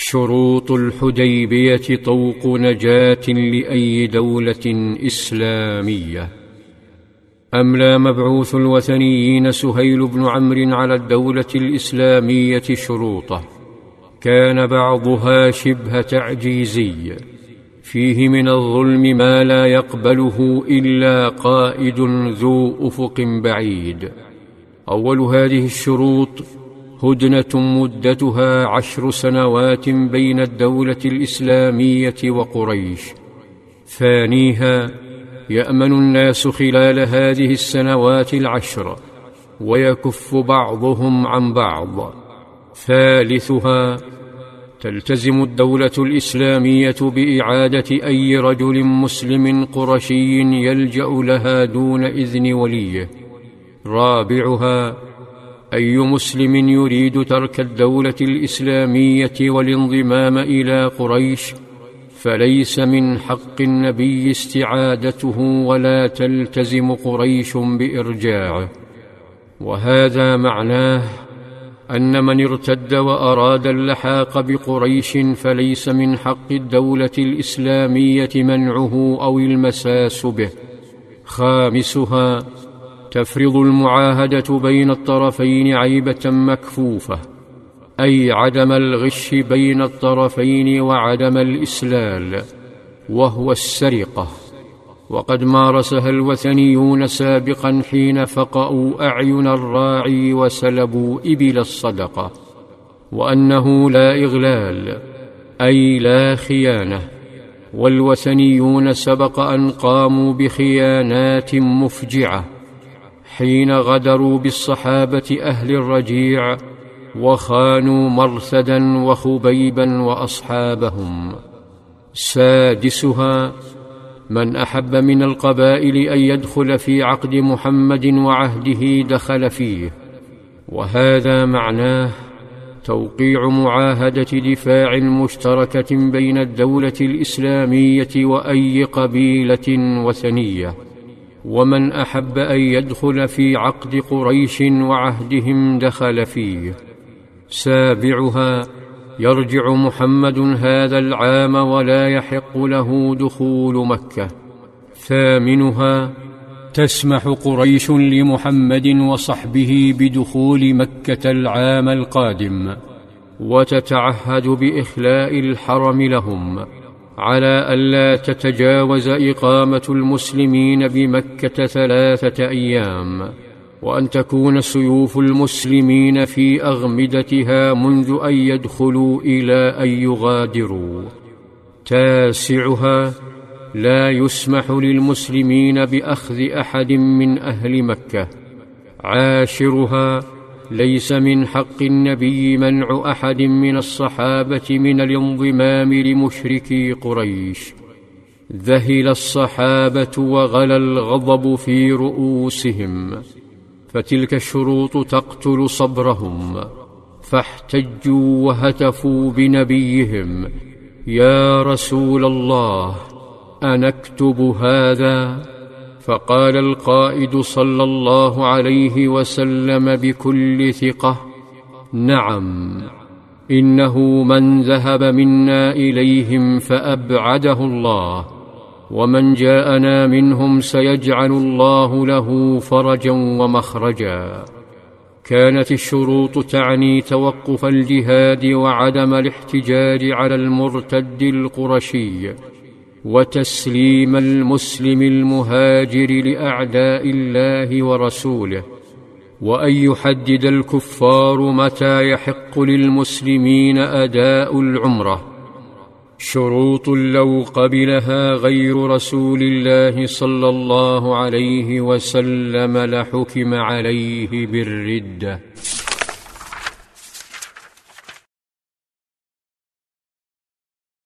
شروط الحديبية طوق نجاة لأي دولة إسلامية. أملى مبعوث الوثنيين سهيل بن عمرو على الدولة الإسلامية شروطه، كان بعضها شبه تعجيزي، فيه من الظلم ما لا يقبله إلا قائد ذو أفق بعيد. أول هذه الشروط هدنة مدتها 10 سنوات بين الدولة الإسلامية وقريش. ثانيها يأمن الناس خلال هذه السنوات 10 ويكف بعضهم عن بعض. ثالثها تلتزم الدولة الإسلامية بإعادة أي رجل مسلم قرشي يلجأ لها دون إذن وليه. رابعها أي مسلم يريد ترك الدولة الإسلامية والانضمام إلى قريش فليس من حق النبي استعادته، ولا تلتزم قريش بإرجاعه. وهذا معناه أن من ارتد وأراد اللحاق بقريش فليس من حق الدولة الإسلامية منعه أو المساس به. خامسها تفرض المعاهدة بين الطرفين عيبة مكفوفة، أي عدم الغش بين الطرفين وعدم الإسلال، وهو السرقة، وقد مارسها الوثنيون سابقا حين فقأوا أعين الراعي وسلبوا إبل الصدقة. وأنه لا إغلال، أي لا خيانة، والوثنيون سبق أن قاموا بخيانات مفجعة حين غدروا بالصحابة أهل الرجيع وخانوا مرثدا وخبيبا وأصحابهم. سادسها من أحب من القبائل أن يدخل في عقد محمد وعهده دخل فيه، وهذا معناه توقيع معاهدة دفاع مشتركة بين الدولة الإسلامية وأي قبيلة وثنية. ومن أحب أن يدخل في عقد قريش وعهدهم دخل فيه. سابعها يرجع محمد هذا العام ولا يحق له دخول مكة. ثامنها تسمح قريش لمحمد وصحبه بدخول مكة العام القادم، وتتعهد بإخلاء الحرم لهم على ألا تتجاوز إقامة المسلمين بمكة 3 أيام، وأن تكون سيوف المسلمين في أغمدتها منذ أن يدخلوا إلى أن يغادروا. تاسعها لا يسمح للمسلمين بأخذ أحد من أهل مكة. عاشرها ليس من حق النبي منع أحد من الصحابة من الانضمام لمشركي قريش. ذهل الصحابة وغلى الغضب في رؤوسهم، فتلك الشروط تقتل صبرهم، فاحتجوا وهتفوا بنبيهم: يا رسول الله أنكتب هذا؟ فقال القائد صلى الله عليه وسلم بكل ثقة: نعم، إنه من ذهب منا إليهم فأبعده الله، ومن جاءنا منهم سيجعل الله له فرجا ومخرجا. كانت الشروط تعني توقف الجهاد وعدم الاحتجاج على المرتد القرشي، وتسليم المسلم المهاجر لأعداء الله ورسوله، وأن يحدد الكفار متى يحق للمسلمين أداء العمرة. شروط لو قبلها غير رسول الله صلى الله عليه وسلم لحكم عليه بالردة.